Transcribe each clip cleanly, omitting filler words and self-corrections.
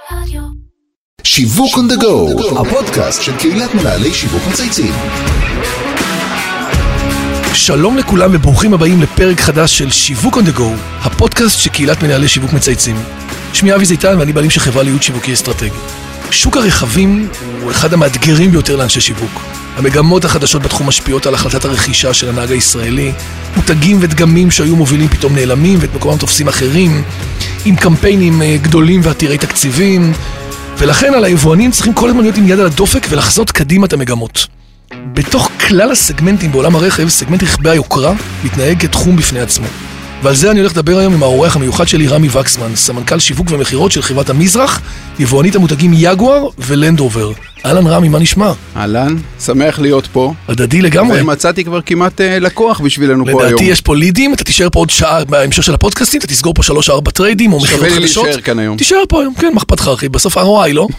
שיווק on the go, הפודקאסט של קהילת מנהלי שיווק מצייצים. שלום לכולם וברוכים הבאים לפרק חדש של שיווק on the go, הפודקאסט של קהילת מנהלי שיווק מצייצים. שמי אבי זיתן ואני בעלים של חברה לייעוץ שיווקי אסטרטגי. שוק הרכבים הוא אחד המאתגרים ביותר לאנשי שיווק. המגמות החדשות בתחום משפיעות על החלטת הרכישה של הנהג הישראלי, מותגים ודגמים שהיו מובילים פתאום נעלמים ואת מקומם תופסים אחרים, עם קמפיינים גדולים ועתירי תקציבים, ולכן על היבואנים צריכים כל הזמן להיות עם יד על הדופק ולחזות קדימה את המגמות. בתוך כלל הסגמנטים בעולם הרכב, סגמנט רכבי היוקרה מתנהג כתחום בפני עצמו. ועל זה אני הולך לדבר היום עם האורח המיוחד שלי, רמי וקסמן, סמנכ"ל שיווק ומחירות של חברת המזרח, יבואנית המותגים יגואר ולנד רובר. אהלן רמי, מה נשמע? אהלן, שמח להיות פה. הדדי לגמרי. ומצאתי כבר כמעט לקוח בשבילנו פה היום. לדעתי יש פה לידים, אתה תישאר פה עוד שעה בהמשך של הפודקאסטים, אתה תסגור פה 3-4 טריידים או מחירות חדשות. שווה לי להישאר כאן היום. תישאר פה היום, כן, מחפת חרכי, בסוף ROI, לא?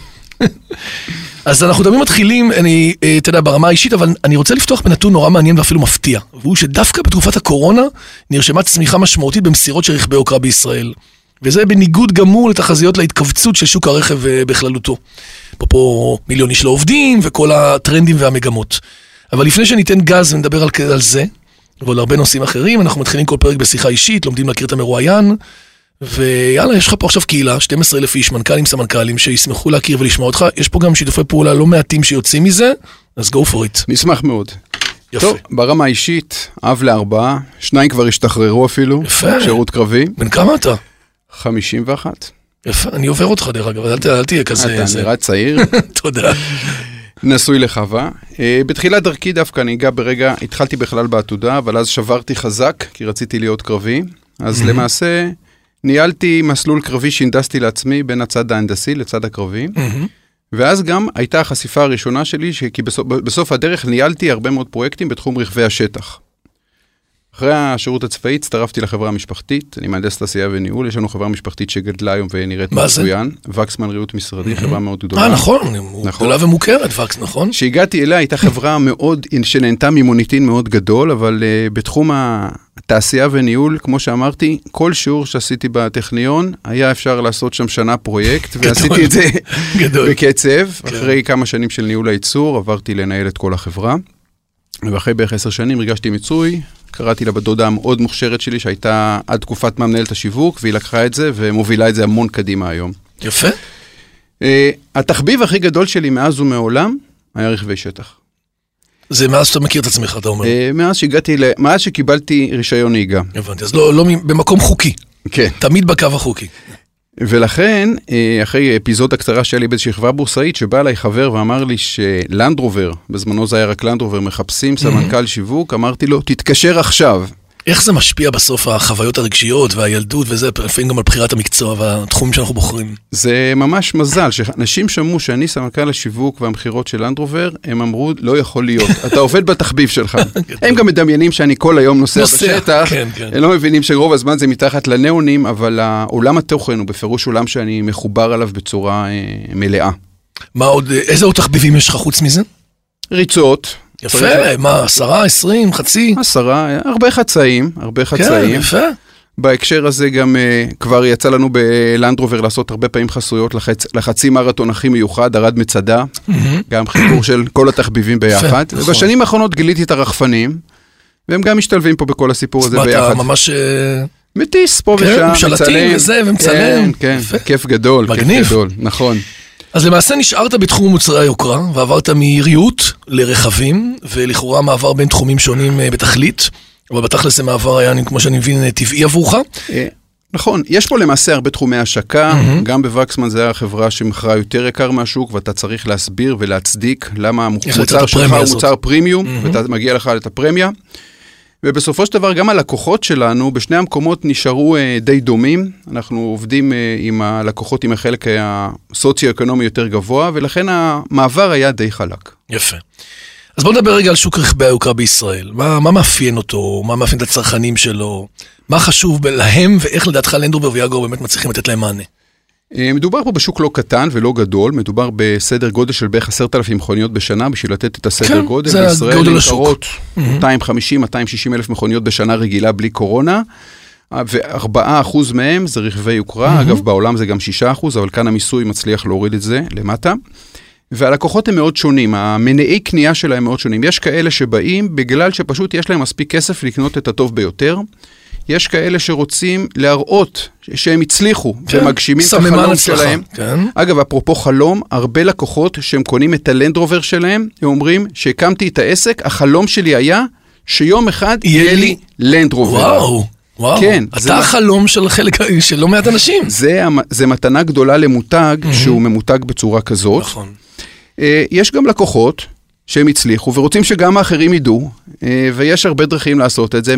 אז אנחנו תמיד מתחילים, אתה יודע, ברמה האישית, אבל אני רוצה לפתוח בנתון נורא מעניין ואפילו מפתיע. והוא שדווקא בתקופת הקורונה נרשמה צמיחה משמעותית במסירות של רכבי יוקרה בישראל. וזה בניגוד גמור לתחזיות להתכווצות של שוק הרכב בכללותו. פה מיליון איש לא עובדים וכל הטרנדים והמגמות. אבל לפני שניתן גז ונדבר על זה, ועל הרבה נושאים אחרים, אנחנו מתחילים כל פרק בשיחה אישית, לומדים להכיר את המרואיין, ויאללה, יש לך פה עכשיו קהילה, 12,000 איש, מנכ"לים, סמנכ"לים, שישמחו להכיר ולשמוע אותך. יש פה גם שיתופי פעולה לא מעטים שיוצאים מזה, אז go for it. נשמח מאוד. יפה. טוב, ברמה האישית, אב ל4, 2 כבר השתחררו אפילו. יפה. שירות קרבי. בן כמה אתה? 51. יפה, אני עובר אותך דרך אגב, אל תהיה כזה. אתה נראה צעיר. תודה. נשוי לחווה. בתחילת דרכי דווקא אני אגע ברגע, התחלתי בכלל בעתודה, אבל אז שברתי חזק, כי רציתי להיות קרבי. אז למעשה ניהלתי מסלול קרבי שהנדסתי לעצמי בין הצד ההנדסי לצד הקרבי. ואז גם הייתה החשיפה הראשונה שלי, כי בסוף הדרך ניהלתי הרבה מאוד פרויקטים בתחום רכבי השטח. אחרי השירות הצבאי הצטרפתי לחברה המשפחתית, אני מהנדס תעשייה וניהול, יש לנו חברה משפחתית שגדלה היום ונראית מצוין, וקסמן ריהוט משרדי, חברה מאוד גדולה. נכון, גדולה ומוכרת, וקס, נכון? שהגעתי אליה, הייתה חברה מאוד, שנהנתה ממוניטין מאוד גדול, אבל בתחום התעשייה וניהול, כמו שאמרתי, כל שיעור שעשיתי בטכניון, היה אפשר לעשות שם שנה פרויקט, ועשיתי את זה בקצב. אחרי כמה שנים של ניהול הייצור, עברתי לנהל את כל החברה. ואחרי בערך 10 שנים הרגשתי מצוי, קראתי לה בדודה המאוד מוכשרת שלי, שהייתה עד תקופת מה מנהלת השיווק, והיא לקחה את זה ומובילה את זה המון קדימה היום. יפה. התחביב הכי גדול שלי מאז ומעולם, היה רכבי שטח. זה מאז שאתה מכיר את עצמך, אתה אומר? מאז שקיבלתי רישיון נהיגה. הבנתי, אז לא במקום חוקי. כן. תמיד בקו החוקי. ולכן, אחרי אפיזודה קצרה שהיה לי באיזושהי חברה בורסאית, שבא אליי חבר ואמר לי שלנד רובר, בזמנו זה היה רק לנד רובר, מחפשים סמנכ"ל שיווק, אמרתי לו, תתקשר עכשיו. איך זה משפיע בסוף החוויות הרגשיות והילדות וזה, לפעמים גם על בחירת המקצוע והתחומים שאנחנו בוחרים? זה ממש מזל, שאנשים שמעו שאני סמנכ"ל השיווק והמחירות של לנד רובר, הם אמרו, לא יכול להיות, אתה עובד בתחביב שלך. הם גם מדמיינים שאני כל היום נוסע בשטח, הם לא מבינים שרוב הזמן זה מתחת לנאונים, אבל העולם התוכן הוא בפירוש עולם שאני מחובר עליו בצורה מלאה. מה עוד, איזה עוד תחביבים יש לך חוץ מזה? ריצות. יפה, מה, 10, 20, חצי? 10, הרבה חצאים. כן, יפה. בהקשר הזה גם כבר יצא לנו בלנד רובר לעשות הרבה פעמים חסויות לחצי מרתון הכי מיוחד, ארד מצדה, גם חיבור של כל התחביבים ביחד. ובשנים האחרונות גיליתי את הרחפנים, והם גם משתלבים פה בכל הסיפור הזה ביחד. אתה ממש מטיס פה ושם, משלטים וזה, ומצלם. כן, כיף גדול, נכון. אז למעשה נשארת בתחום מוצרי היוקרה, ועברת מריהוט לרכבים, ולכאורה מעבר בין תחומים שונים בתכלית, אבל בתכלס זה מעבר היה, כמו שאני מבין, טבעי עבורך. נכון, יש פה למעשה הרבה תחומי השקה, גם בווקסמן זה היה חברה שמכרה יותר יקר מהשוק, ואתה צריך להסביר ולהצדיק למה המוצר שלך הוא מוצר פרימיום, ואתה מגיע לך את הפרמיה. ובסופו של דבר גם הלקוחות שלנו בשני המקומות נשארו די דומים, אנחנו עובדים עם הלקוחות עם החלק הסוציו-אקונומי יותר גבוה, ולכן המעבר היה די חלק. יפה. אז בוא נדבר רגע על שוק רכבי היוקרה בישראל. מה מאפיין אותו? מה מאפיין את הצרכנים שלו? מה חשוב להם ואיך לדעתך לנד רובר ויגואר באמת מצליחים לתת להם מענה? מדובר פה בשוק לא קטן ולא גדול, מדובר בסדר גודל של בערך 10,000 מכוניות בשנה, בשביל לתת את הסדר גודל. בישראל נמכרות 250-260 אלף מכוניות בשנה רגילה בלי קורונה, ו4% מהם זה רכבי יוקרה, אגב בעולם זה גם 6%, אבל כאן המיסוי מצליח להוריד את זה למטה. והלקוחות הם מאוד שונים, המנעי קנייה שלהם מאוד שונים. יש כאלה שבאים בגלל שפשוט יש להם מספיק כסף לקנות את הטוב ביותר. יש כאלה שרוצים להראות שהם הצליחו ומגשימים את החלום שלהם. אגב, אפרופו חלום, הרבה לקוחות שהם קונים את הלנדרובר שלהם, הם אומרים שהקמתי את העסק, החלום שלי היה שיום אחד יהיה לי לנדרובר. וואו, כן, אתה החלום של חלק של לא מעט אנשים. זה מתנה גדולה למותג שהוא ממותג בצורה כזאת. נכון. יש גם לקוחות שהם הצליחו ורוצים שגם האחרים ידעו, ויש הרבה דרכים לעשות את זה,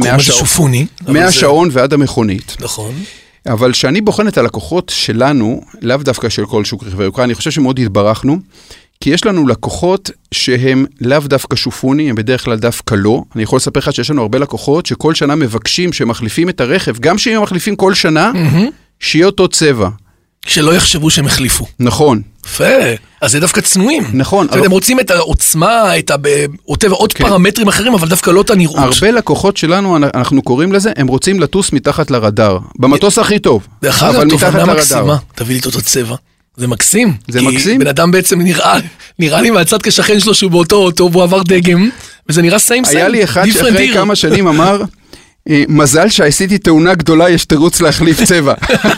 מהשעון ועד המכונית. נכון. אבל שאני בוחן את הלקוחות שלנו, לאו דווקא של כל שוק רכבי יוקרה, אני חושב שמאוד התברכנו, כי יש לנו לקוחות שהם לאו דווקא שופוני, הם בדרך כלל דווקא לא. אני יכול לספר לך שיש לנו הרבה לקוחות שכל שנה מבקשים שמחליפים את הרכב, גם שהם מחליפים כל שנה, שיהיה אותו צבע. שלא יחשבו שהם החליפו. נכון. יפה. אז זה דווקא צנועים. נכון. הם רוצים את העוצמה, את עוד פרמטרים אחרים, אבל דווקא לא את הנראות. הרבה לקוחות שלנו, אנחנו קוראים לזה, הם רוצים לטוס מתחת לרדאר. במטוס הכי טוב. דרך אגב, תובנה מקסימה. תביא לי את אותו צבע. זה מקסים. זה מקסים. בן אדם בעצם נראה לי מהצד כשכן שלו שהוא באותו אוטו, והוא עבר דגם, וזה נראה סיים. היה לי אחד שאחרי כמה שנים אמר, מזל שעשיתי תאונה גדולה, יש תירוץ להחליף צבע.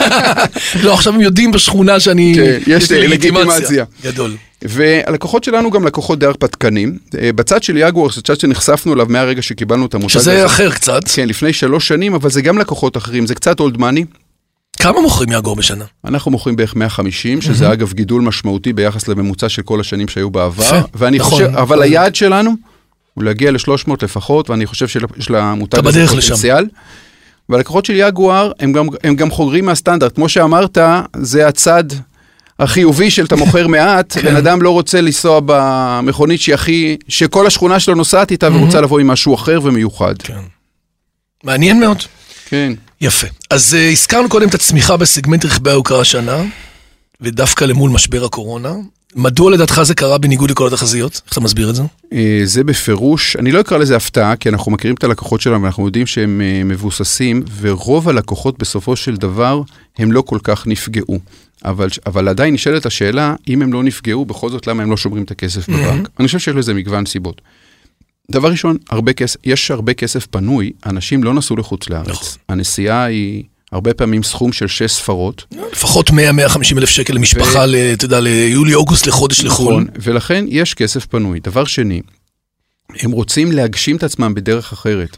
לא, עכשיו הם יודעים בשכונה שאני... יש לגיטימציה. גדול. והלקוחות שלנו גם לקוחות די הרפתקנים. בצד של יגואר, זה צד שנחשפנו אליו מהרגע שקיבלנו את המותג. שזה אחר קצת. כן, לפני 3 שנים, אבל זה גם לקוחות אחרים, זה קצת אולד מאני. כמה מוכרים יגואר בשנה? אנחנו מוכרים בערך 150, שזה אגב גידול משמעותי ביחס לממוצע של כל השנים שהיו בעבר. ואני חושב, אבל היעד שלנו הוא להגיע ל-300 לפחות, ואני חושב שיש למותג הזה פוטנציאל. והלקוחות של יגואר, הם גם חוגרים מהסטנדרט. כמו שאמרת, זה הצד החיובי של אתה מוכר מעט, בן אדם לא רוצה לנסוע במכונית שכל השכונה שלו נוסעת איתה, ורוצה לבוא עם משהו אחר ומיוחד. כן. מעניין מאוד. כן. יפה. אז הזכרנו קודם את הצמיחה בסגמנט רכבי היוקרה השנה, ודווקא למול משבר הקורונה. מדוע לדעתך זה קרה בניגוד לכל התחזיות? איך אתה מסביר את זה? זה בפירוש, אני לא אקרא לזה הפתעה, כי אנחנו מכירים את הלקוחות שלנו, ואנחנו יודעים שהם מבוססים, ורוב הלקוחות בסופו של דבר, הם לא כל כך נפגעו. אבל עדיין נשאלת השאלה, אם הם לא נפגעו, בכל זאת למה הם לא שומרים את הכסף בבנק? אני חושב שיש לזה מגוון סיבות. דבר ראשון, יש הרבה כסף פנוי, אנשים לא נסעו לחוץ לארץ. הנסיעה היא הרבה פעמים סכום של 6 ספרות. לפחות 100-150 אלף שקל למשפחה, אתה יודע, ליולי-אוגוסט לחודש לחול. נכון, ולכן יש כסף פנוי. דבר שני, הם רוצים להגשים את עצמם בדרך אחרת.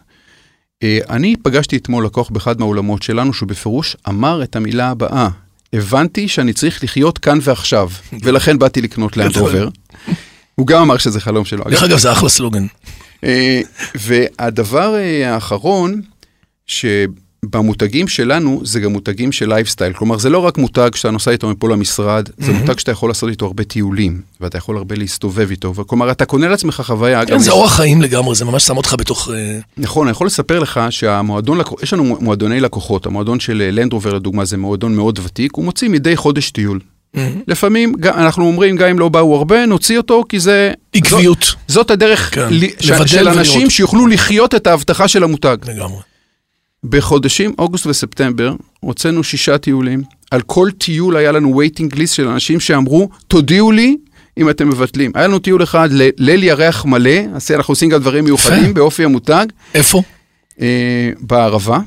אני פגשתי אתמול לקוח באחד מהעולמות שלנו, שהוא בפירוש אמר את המילה הבאה, הבנתי שאני צריך לחיות כאן ועכשיו, ולכן באתי לקנות לנדרובר. הוא גם אמר שזה חלום שלו. דרך אגב, זה אחלה סלוגן. והדבר האחרון, שבמותגים שלנו, זה גם מותגים של לייפסטייל. כלומר, זה לא רק מותג שאתה נוסע איתו מפה למשרד, זה מותג שאתה יכול לעשות איתו הרבה טיולים, ואתה יכול הרבה להסתובב איתו. כלומר, אתה קונה לעצמך חוויה. כן, זה אורח חיים לגמרי, זה ממש שם אותך בתוך... נכון, אני יכול לספר לך שהמועדון, יש לנו מועדוני לקוחות, המועדון של לנדרובר, לדוגמה, זה מועדון מאוד ותיק, הוא מוציא מדי חודש טיול. לפעמים אנחנו אומרים, גם אם לא באו הרבה, נוציא אותו, כי זה... עקביות. זאת הדרך של אנשים שיוכלו לחיות את ההבטחה של המותג. לגמרי. בחודשים אוגוסט וספטמבר, הוצאנו 6 טיולים. על כל טיול היה לנו waiting list של אנשים שאמרו, תודיעו לי אם אתם מבטלים. היה לנו טיול אחד ליל ירח מלא, אנחנו עושים גם דברים מיוחדים באופי המותג. איפה? בערבה.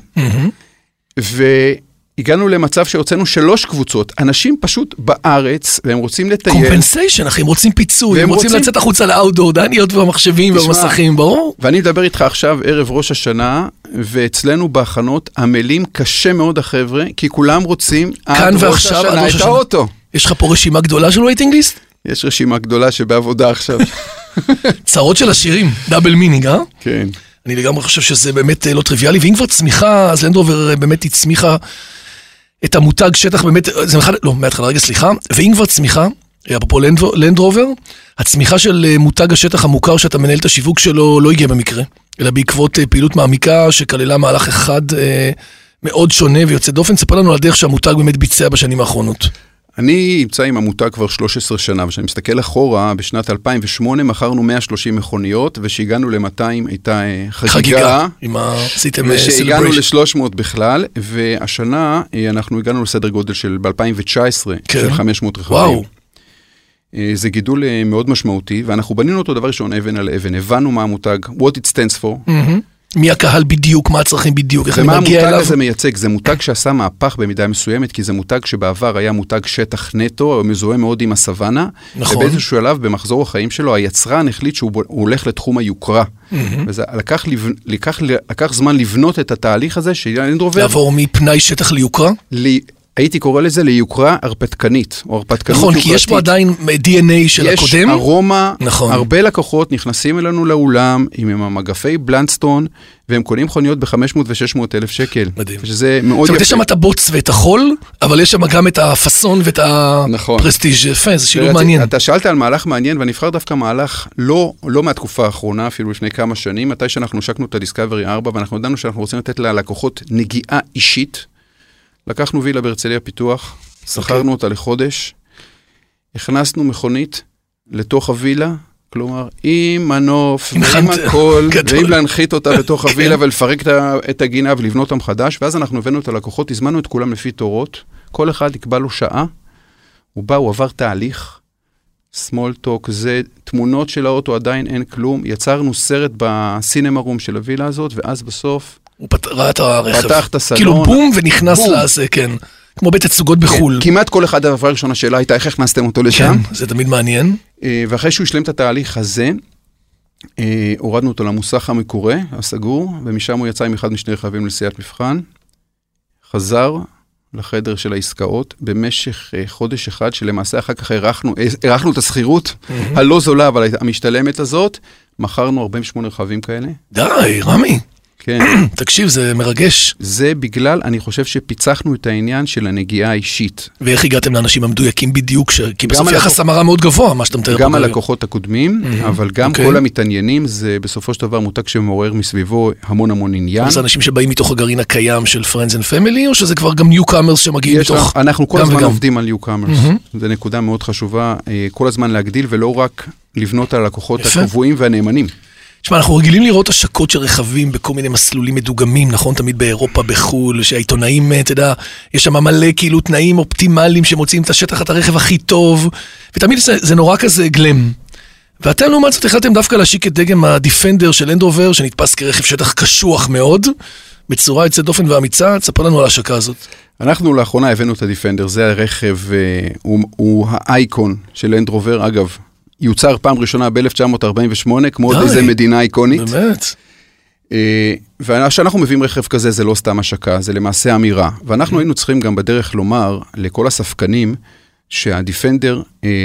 הגענו למצב שהוצאנו 3 קבוצות, אנשים פשוט בארץ, והם רוצים לטייל. קומפנסיישן, אחי, הם רוצים פיצוי, הם רוצים לצאת החוצה לאוטדור, דניות והמחשבים והמסכים, ברור. ואני מדבר איתך עכשיו ערב ראש השנה, ואצלנו בהכנות עמלים קשה מאוד החבר'ה, כי כולם רוצים כאן ועכשיו עד ראש השנה. יש לך פה רשימה גדולה של וייטינג ליסט? יש רשימה גדולה שבעבודה עכשיו. צרות של השירים, דאבל מינינג, אה? כן. אני לגמרי חושב שזה באמת לא טריוויאלי, ואם כבר צמיחה, אז לנדרובר באמת הצמיחה את המותג שטח באמת, זה מהתחלה, רגע, סליחה, ואם כבר צמיחה, אפרופו לנדרובר, הצמיחה של מותג השטח המוכר שאתה מנהל את השיווק שלו לא הגיע במקרה, אלא בעקבות פעילות מעמיקה שכללה מהלך אחד מאוד שונה ויוצא דופן. ספר לנו על הדרך שהמותג באמת ביצע בשנים האחרונות. אני נמצא עם עמותה כבר 13 שנה, וכשאני מסתכל אחורה, בשנת 2008 מכרנו 130 מכוניות, ושהגענו ל-200 הייתה חגיגה. ושהגענו ל-300 בכלל, והשנה אנחנו הגענו לסדר גודל של ב-2019, של 500 רכבים. וואו. זה גידול מאוד משמעותי, ואנחנו בנינו אותו דבר ראשון אבן על אבן, הבנו מה המותג, what it stands for. מי הקהל בדיוק, מה הצרכים בדיוק, איך אני מגיע אליו. ומה המותג הזה מייצג? זה מותג שעשה מהפך במידה מסוימת, כי זה מותג שבעבר היה מותג שטח נטו, מזוהה מאוד עם הסוואנה, נכון. ובאיזשהו שלב במחזור החיים שלו, היצרן החליט שהוא הולך לתחום היוקרה. וזה לקח זמן לבנות את התהליך הזה, שלנד רובר... לעבור מפני שטח ליוקרה? הייתי קורא לזה ליוקרה הרפתקנית, או הרפתקנות נכון, יוקרתית. כי יש פה עדיין DNA של הקודם. יש ארומה, נכון. הרבה לקוחות נכנסים אלינו לאולם עם המגפי בלנדסטון, והם קונים חוניות ב-500 ו-600 אלף שקל. מדהים. שזה מאוד יפה. יש שם את הבוץ ואת החול, אבל יש שם גם את הפסון ואת הפרסטיג' יפה, זה שילוב מעניין. אתה שאלת על מהלך מעניין, ואני אבחר דווקא מהלך לא מהתקופה האחרונה, אפילו לפני כמה שנים, מתי שאנחנו השקנו את הדיסקאברי 4, ואנחנו ידענו שאנחנו רוצים לתת ללקוחות נגיעה אישית. לקחנו וילה בהרצליה פיתוח, שכרנו אותה לחודש, הכנסנו מכונית לתוך הווילה, כלומר, עם מנוף, ועם הכל, ועם להנחית אותה בתוך הווילה ולפרק את הגינה ולבנות אותה מחדש, ואז אנחנו הבאנו את הלקוחות, הזמנו את כולם לפי תורות, כל אחד יקבע לו שעה, הוא בא, הוא עבר תהליך, small talk, זה תמונות של האוטו, עדיין אין כלום, יצרנו סרט בסינמה רום של הווילה הזאת, ואז בסוף, הוא ראה את הרכב. פתח את הסלון. כאילו בום ונכנס לזה, כן. כמו בית תצוגות בחול. כמעט כל אחד הדבר הראשון השאלה הייתה, איך הכנסתם אותו לשם? כן, זה תמיד מעניין. ואחרי שהוא השלם את התהליך הזה, הורדנו אותו למוסך המקורה, הסגור, ומשם הוא יצא עם אחד משני רכבים לסיעת מבחן, חזר לחדר של העסקאות, במשך חודש אחד, שלמעשה אחר כך ערכנו את הסחירות, הלא זולה, אבל המשתלמת הזאת, מכרנו 48 רכבים כאלה. די, רמי. כן. תקשיב, זה מרגש. זה בגלל, אני חושב שפיצחנו את העניין של הנגיעה האישית. ואיך הגעתם לאנשים המדויקים בדיוק, כי בסוף יחס המרה מאוד גבוה, מה שאתה מתאר. גם הלקוחות הקודמים, אבל גם כל המתעניינים, זה בסופו של דבר מותג שמעורר מסביבו המון עניין. זה אנשים שבאים מתוך הגרעין הקיים של Friends and Family, או שזה כבר גם Newcomers שמגיעים מתוך... אנחנו כל הזמן עובדים על Newcomers. זו נקודה מאוד חשובה, כל הזמן להגדיל, ולא רק לבנות על הלקוחות הקבועים והנאמנים. תשמע, אנחנו רגילים לראות השקות של רכבים בכל מיני מסלולים מדוגמים, נכון? תמיד באירופה, בחול, שהעיתונאים, אתה יודע, יש שם מלא כאילו תנאים אופטימליים שמוצאים את השטח, את הרכב הכי טוב, ותמיד זה נורא כזה גלם. ואתם לעומת זאת החלטתם דווקא להשיק את דגם הדיפנדר של לנד רובר, שנתפס כרכב שטח קשוח מאוד, בצורה יוצאת דופן ואמיצה. תספר לנו על ההשקה הזאת. אנחנו לאחרונה הבאנו את הדיפנדר, זה הרכב, הוא האייקון של לנד רובר, אגב. יוצר פעם ראשונה ב-1948, כמו עוד איזה מדינה איקונית. באמת. וכשאנחנו מביאים רכב כזה, זה לא סתם השקה, זה למעשה אמירה. ואנחנו היינו צריכים גם בדרך לומר לכל הספקנים, שהדיפנדר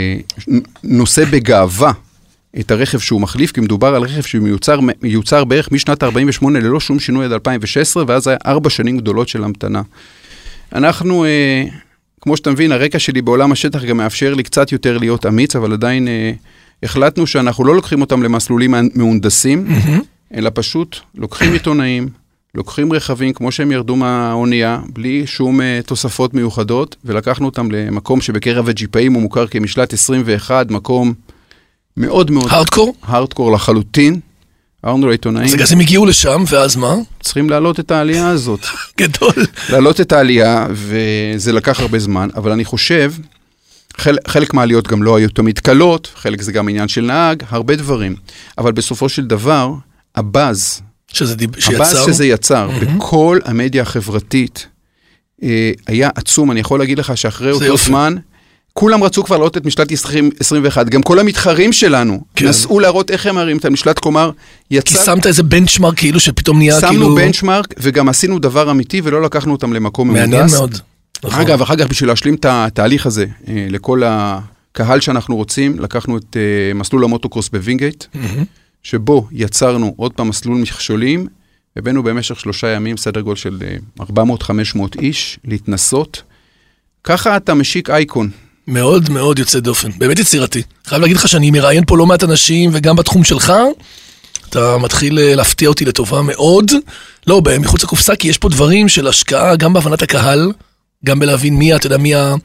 נושא בגאווה את הרכב שהוא מחליף, כי מדובר על רכב שהוא מיוצר בערך משנת 48 ללא שום שינוי עד 2016, ואז היה 4 שנים גדולות של המתנה. אנחנו... כמו שאתה מבין, הרקע שלי בעולם השטח גם מאפשר לי קצת יותר להיות אמיץ, אבל עדיין החלטנו שאנחנו לא לוקחים אותם למסלולים מהונדסים, אלא פשוט לוקחים עיתונאים, לוקחים רכבים כמו שהם ירדו מהאונייה, בלי שום תוספות מיוחדות, ולקחנו אותם למקום שבקרב הג'יפאים הוא מוכר כמשלט 21, מקום מאוד מאוד... הארדקור? הארדקור לחלוטין. אמרנו לעיתונאים. אז הם הגיעו לשם, ואז מה? צריכים להעלות את העלייה הזאת. גדול. להעלות את העלייה, וזה לקח הרבה זמן, אבל אני חושב, חלק מהעליות גם לא היו תמיד קלות, חלק זה גם עניין של נהג, הרבה דברים. אבל בסופו של דבר, הבאז שזה יצר, בכל המדיה החברתית, היה עצום. אני יכול להגיד לך שאחרי אותו זמן, כולם רצו כבר להראות את משלט 21, גם כל המתחרים שלנו נסעו להראות איך הם מראים את המשלט, כלומר, כי שמת איזה בנצ'מרק כאילו שפתאום נהיה כאילו... שמנו בנצ'מרק וגם עשינו דבר אמיתי ולא לקחנו אותם למקום מהונדס. מעניין מאוד. אגב, אחר כך בשביל להשלים את התהליך הזה, לכל הקהל שאנחנו רוצים, לקחנו את מסלול המוטוקרוס בווינגייט, שבו יצרנו עוד פעם מסלול מכשולים, הבאנו במשך 3 ימים סדר גודל של 400-500 איש להתנסות. ככה אתה משיק אייקון. מאוד מאוד יוצא דופן, באמת יצירתי. חייב להגיד לך שאני מראיין פה לא מעט אנשים, וגם בתחום שלך, אתה מתחיל להפתיע אותי לטובה מאוד. לא, מחוץ לקופסה, כי יש פה דברים של השקעה, גם בהבנת הקהל, גם בלהבין מי, אתה יודע,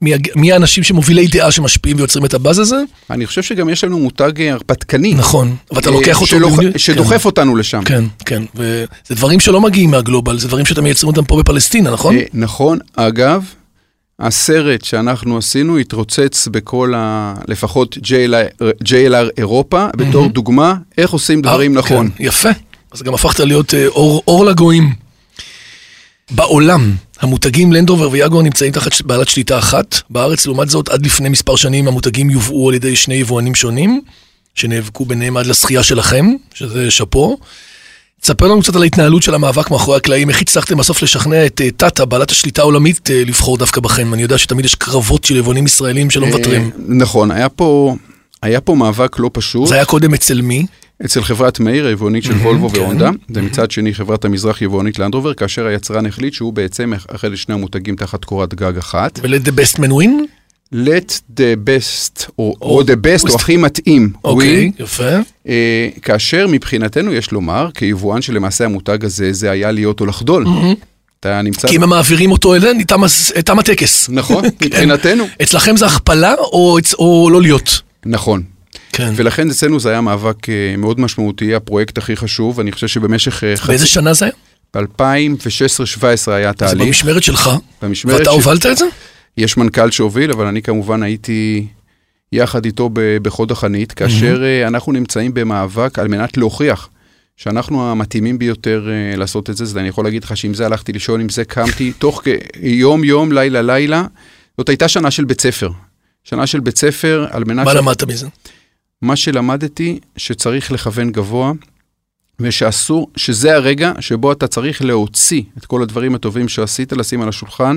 מי האנשים שמובילי דעה שמשפיעים ויוצרים את הבאז הזה? אני חושב שגם יש לנו מותג הרפתקני. נכון, ואתה לוקח אותו... שדוחף אותנו לשם. כן, כן, וזה דברים שלא מגיעים מהגלובל, זה דברים שאתם מייצרים אותם פה בפלסטינה, נכון? נכון, אגב, הסרט שאנחנו עשינו התרוצץ בכל לפחות JLR אירופה, בתור דוגמה, איך עושים דברים נכון. יפה, אז גם הפכת להיות אור לגויים. בעולם, המותגים לנדרובר ויאגואר נמצאים תחת בעלת שליטה אחת. בארץ, לעומת זאת, עד לפני מספר שנים המותגים יובאו על ידי שני יבואנים שונים, שנאבקו ביניהם עד לזכייה שלכם, שזה שפו. תספר לנו קצת על ההתנהלות של המאבק מאחורי הקלעים, איך הצלחתם בסוף לשכנע את טאטה, בעלת השליטה העולמית, לבחור דווקא בכם. אני יודע שתמיד יש קרבות של יבואנים ישראלים שלא מוותרים. נכון, היה פה מאבק לא פשוט. זה היה קודם אצל מי? אצל חברת מאיר, היבואנית של וולבו והונדה, ומצד שני חברת המזרח יבואנית לנדרובר, כאשר היצרן החליט שהוא בעצם אחרי לשני המותגים תחת קורת גג אחת. ו-let the best man win? let the best, או the best, או הכי מתאים, אוקיי, יפה. כאשר מבחינתנו יש לומר, כיבואן שלמעשה המותג הזה, זה היה להיות או לחדול. אתה נמצא... כי אם הם מעבירים אותו אליהם, תם הטקס. נכון, מבחינתנו. אצלכם זה הכפלה או לא להיות? נכון. כן. ולכן אצלנו זה היה מאבק מאוד משמעותי, הפרויקט הכי חשוב, אני חושב שבמשך... באיזה שנה זה היה? ב-2016-2017 היה תהליך. זה במשמרת שלך? במשמרת ואתה הובלת את זה? יש מנכ"ל שהוביל, אבל אני כמובן הייתי יחד איתו בחוד החנית, כאשר אנחנו נמצאים במאבק על מנת להוכיח שאנחנו המתאימים ביותר לעשות את זה, אז אני יכול להגיד לך שעם זה הלכתי לישון, עם זה קמתי, תוך יום, לילה, זאת הייתה שנה של בית ספר. שנה של בית ספר על מנת... מה למדת מזה? מה שלמדתי שצריך לכוון גבוה, ושאסור, שזה הרגע שבו אתה צריך להוציא את כל הדברים הטובים שעשית, לשים על השולחן,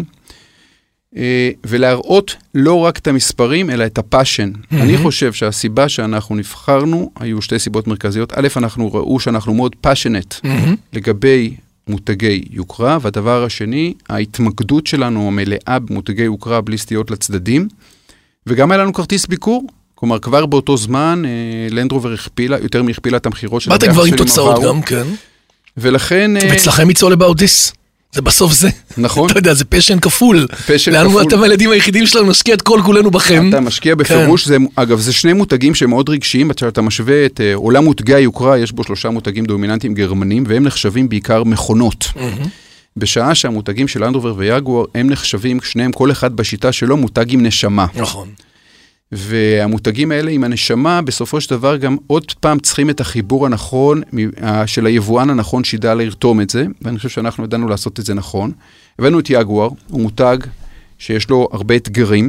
ולהראות לא רק את המספרים, אלא את הפאשן. אני חושב שהסיבה שאנחנו נבחרנו, היו שתי סיבות מרכזיות. א', אנחנו ראו שאנחנו מאוד פאשנט לגבי מותגי יוקרה, והדבר השני, ההתמקדות שלנו המלאה במותגי יוקרה בלי סטיות לצדדים, וגם היה לנו כרטיס ביקור, כלומר כבר באותו זמן, לנדרובר הכפילה, יותר מהכפילה את המחירות של... באתם כבר עם תוצאות גם, כן. ולכן... ואצלכם it's all about this. זה בסוף זה. נכון. אתה יודע, זה פשן כפול. פשן לאן כפול. אתם הילדים היחידים שלנו, נשקיע את כל כולנו בכם. אתה משקיע בפירוש, זה, אגב, זה שני מותגים שמאוד רגשיים, אתה משווה את עולם מותגי היוקרה, יש בו 3 מותגים דומיננטיים גרמנים, והם נחשבים בעיקר מכונות. בשעה שהמותגים של לנדרובר ויאגואר, הם נחשבים, שניהם כל אחד בשיטה שלו, מותג עם נשמה. נכון. והמותגים האלה עם הנשמה, בסופו של דבר גם עוד פעם צריכים את החיבור הנכון, של היבואן הנכון שידע לרתום את זה, ואני חושב שאנחנו ידענו לעשות את זה נכון. הבאנו את יאגואר, הוא מותג שיש לו הרבה אתגרים.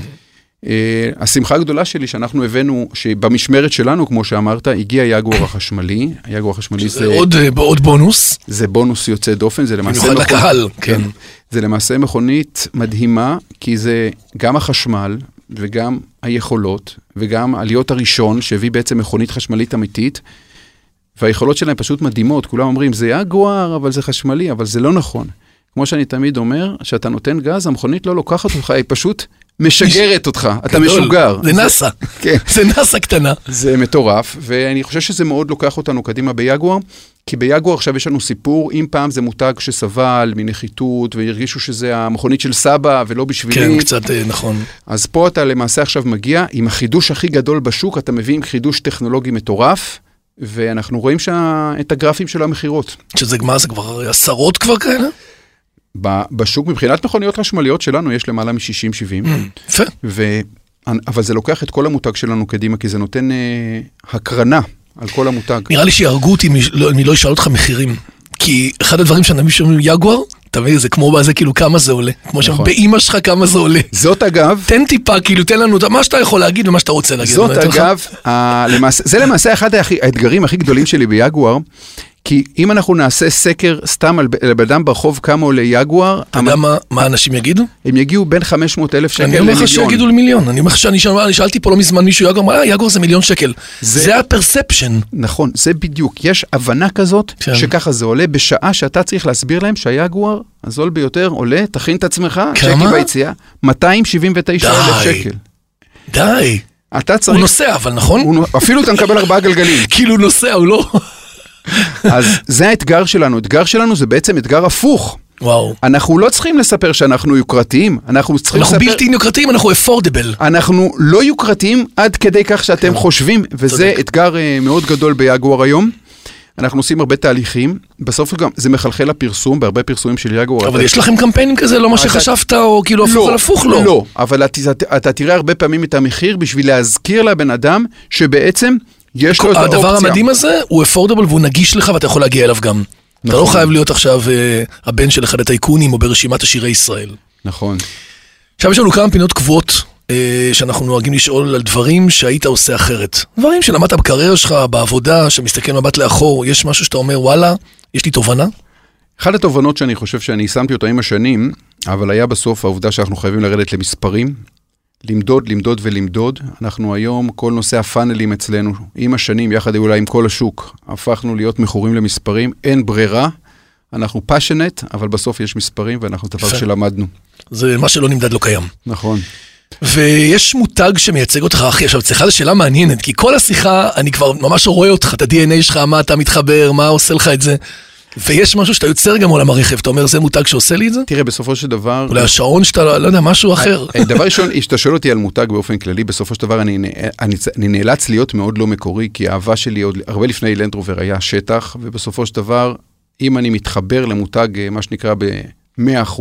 השמחה הגדולה שלי שאנחנו הבאנו, שבמשמרת שלנו, כמו שאמרת, הגיע יאגואר החשמלי. היאגואר החשמלי זה עוד בונוס. זה בונוס יוצא דופן, זה למעשה... במיוחד לקהל, כן. זה למעשה מכונית מדהימה, כי זה גם החשמל, וגם היכולות, וגם עליות הראשון, שהביא בעצם מכונית חשמלית אמיתית, והיכולות שלהם פשוט מדהימות, כולם אומרים, זה יאגואר, אבל זה חשמלי, אבל זה לא נכון. כמו שאני תמיד אומר, שאתה נותן גז, המכונית לא לוקחת אותך, היא פשוט משגרת אותך, אתה משוגר. זה נאסה, זה נאסה קטנה. זה מטורף, ואני חושב שזה מאוד לוקח אותנו קדימה ביאגואר, כי ביאגואר עכשיו יש לנו סיפור, אם פעם זה מותג שסבל מנחיתות, והרגישו שזה המכונית של סבא, ולא בשבילי. כן, קצת נכון. אז פה אתה למעשה עכשיו מגיע, עם החידוש הכי גדול בשוק, אתה מביא עם חידוש טכנולוגי מטורף, ואנחנו רואים את הגרפים של המחירות. שזה מה, זה כבר עשרות כבר כאלה? בשוק, מבחינת מכוניות חשמליות שלנו, יש למעלה מ-60-70. יפה. אבל זה לוקח את כל המותג שלנו קדימה, כי זה נותן הקרנה על כל המותג. נראה לי שיהרגו אותי אם אני לא אשאל אותך מחירים. כי אחד הדברים שאנשים שאומרים יאגואר, אתה מבין, זה כמו בזה, כאילו כמה זה עולה. כמו שם, באמא שלך כמה זה עולה. זאת אגב... תן טיפה, כאילו, תן לנו מה שאתה יכול להגיד ומה שאתה רוצה להגיד. זאת אגב, זה למעשה אחד האתגרים הכי גדולים שלי ביאגואר, כי אם אנחנו נעשה סקר סתם על בן ברחוב כמה עולה יאגואר... אתה יודע מה אנשים יגידו? הם יגיעו בין 500,000 שקל למיליון. אני אומר לך שיגידו למיליון. אני אומר לך שאני שאלתי פה לא מזמן מישהו יאגואר, אמר, יאגואר זה 1,000,000 שקל. זה הפרספשן. נכון, זה בדיוק. יש הבנה כזאת שככה זה עולה, בשעה שאתה צריך להסביר להם שהיאגואר הזול ביותר עולה, תכין את עצמך, שקי ביציאה, 279,000 שקל. די. הוא נוסע, אבל נכון? אפילו אתה מקבל 4 גלגלים. כאילו הוא נוסע, הוא לא... אז זה האתגר שלנו. אתגר שלנו זה בעצם אתגר הפוך. וואו. אנחנו לא צריכים לספר שאנחנו יוקרתיים, אנחנו בלתי יוקרתיים, אנחנו אפורדבל. אנחנו לא יוקרתיים עד כדי כך שאתם חושבים, וזה אתגר מאוד גדול ביגואר היום. אנחנו עושים הרבה תהליכים, בסוף גם זה מחלחל לפרסום, בהרבה פרסומים של יגואר. אבל יש לכם קמפיינים כזה, לא מה שחשבת, או כאילו הפוך על הפוך, לא? לא, אבל אתה תראה הרבה פעמים את המחיר בשביל להזכיר לבן אדם שבעצם יש לו את האופציה. הדבר המדהים הזה הוא אפורדבל והוא נגיש לך ואתה יכול להגיע אליו גם. אתה לא חייב להיות עכשיו הבן של אחד הטייקונים או ברשימת עשירי ישראל. נכון. עכשיו יש לנו כמה פינות קבועות שאנחנו נוהגים לשאול על דברים שהיית עושה אחרת. דברים שלמדת בקריירה שלך, בעבודה, שמסתכל מבט לאחור, יש משהו שאתה אומר, וואלה, יש לי תובנה? אחד התובנות שאני חושב שאני שמתי אותה עם השנים, אבל היה בסוף העובדה שאנחנו חייבים לרדת למספרים, למדוד ולמדוד. אנחנו היום, כל נושא הפאנלים אצלנו, עם השנים, יחד אולי עם כל השוק, הפכנו להיות מכורים למספרים, אין ברירה, אנחנו passionate, אבל בסוף יש מספרים, ואנחנו דבר שלמדנו. זה מה שלא נמדד לא קיים. נכון. ויש מותג שמייצג אותך, אחי. עכשיו, צריכה זו שאלה מעניינת, כי כל השיחה, אני כבר ממש רואה אותך, את ה-DNA שלך, מה אתה מתחבר, מה עושה לך את זה. ויש משהו שאתה יוצר גם עולם הרכב, אתה אומר, זה מותג שעושה לי את זה? תראה, בסופו של דבר... אולי השעון שאתה, לא יודע, משהו אחר. דבר ראשון, שאתה שואל אותי על מותג באופן כללי, בסופו של דבר אני נאלץ להיות מאוד לא מקורי, כי האהבה שלי עוד הרבה לפני לנדרובר היה שטח, ובסופו של דבר, אם אני מתחבר למותג, מה שנקרא ב-100%,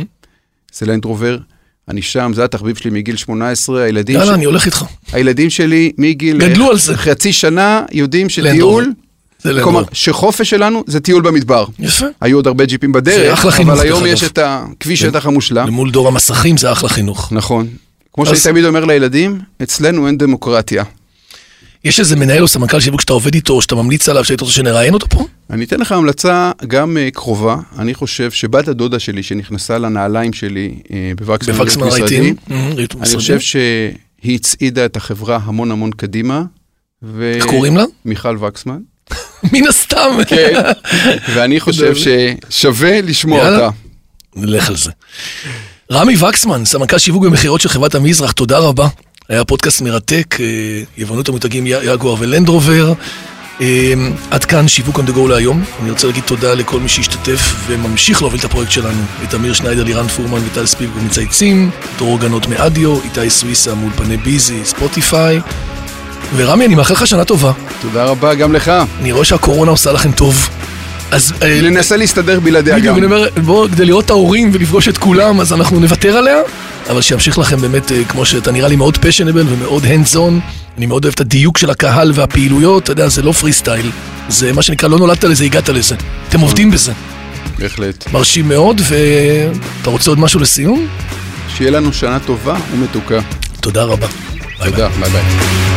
זה לנדרובר, אני שם, זה התחביב שלי מגיל 18, יאללה, אני הולך איתך. הילדים שלי מגיל חצי שנה יודעים שטיול, כלומר, שחופש שלנו זה טיול במדבר. יפה. היו עוד הרבה ג'יפים בדרך, אבל היום יש את הכביש שטח המושלם. למול דור המסכים זה אחלה חינוך. נכון. כמו שאני תמיד אומר לילדים, אצלנו אין דמוקרטיה. יש איזה מנהל או סמנכ"ל שיווק שאתה עובד איתו, או שאתה ממליץ עליו, שהיית רוצה שנראיין אותו פה? אני אתן לך המלצה גם קרובה. אני חושב שבת הדודה שלי שנכנסה לנעליים שלי בווקסמן רייטים, אני חושב שהיא הצעידה את החברה המון המון קדימה. איך קוראים לה? מיכל וקסמן. מן הסתם. כן, ואני חושב ששווה לשמוע אותה. נלך על זה. רמי וקסמן, סמנכ"ל שיווק במחירות של חברת המזרח, תודה רבה. היה פודקאסט מרתק, יבואנות המותגים יגואר ולנדרובר. עד כאן שיווק on the go להיום. אני רוצה להגיד תודה לכל מי שהשתתף וממשיך להוביל את הפרויקט שלנו. את אמיר שניידר, לירן פורמן וטל ספיב ומצייצים, דרור גנות מאדיו, איתי סוויסה מול פני ביזי, ספוטיפיי. ורמי, אני מאחל לך שנה טובה. תודה רבה גם לך. אני רואה שהקורונה עושה לכם טוב. אז ננסה להסתדר בלעדיה גם. בואו, כדי לראות את ההורים ולפגוש את כולם, אז אנחנו נוותר עליה, אבל שימשיך לכם באמת, כמו שאתה נראה לי מאוד פשנבל ומאוד hands-on, אני מאוד אוהב את הדיוק של הקהל והפעילויות, אתה יודע, זה לא פרי סטייל, זה מה שנקרא, לא נולדת לזה, הגעת לזה. אתם עובדים בזה. בהחלט. מרשים מאוד, ואתה רוצה עוד משהו לסיום? שיהיה לנו שנה טובה ומתוקה. תודה רבה. תודה, ביי ביי.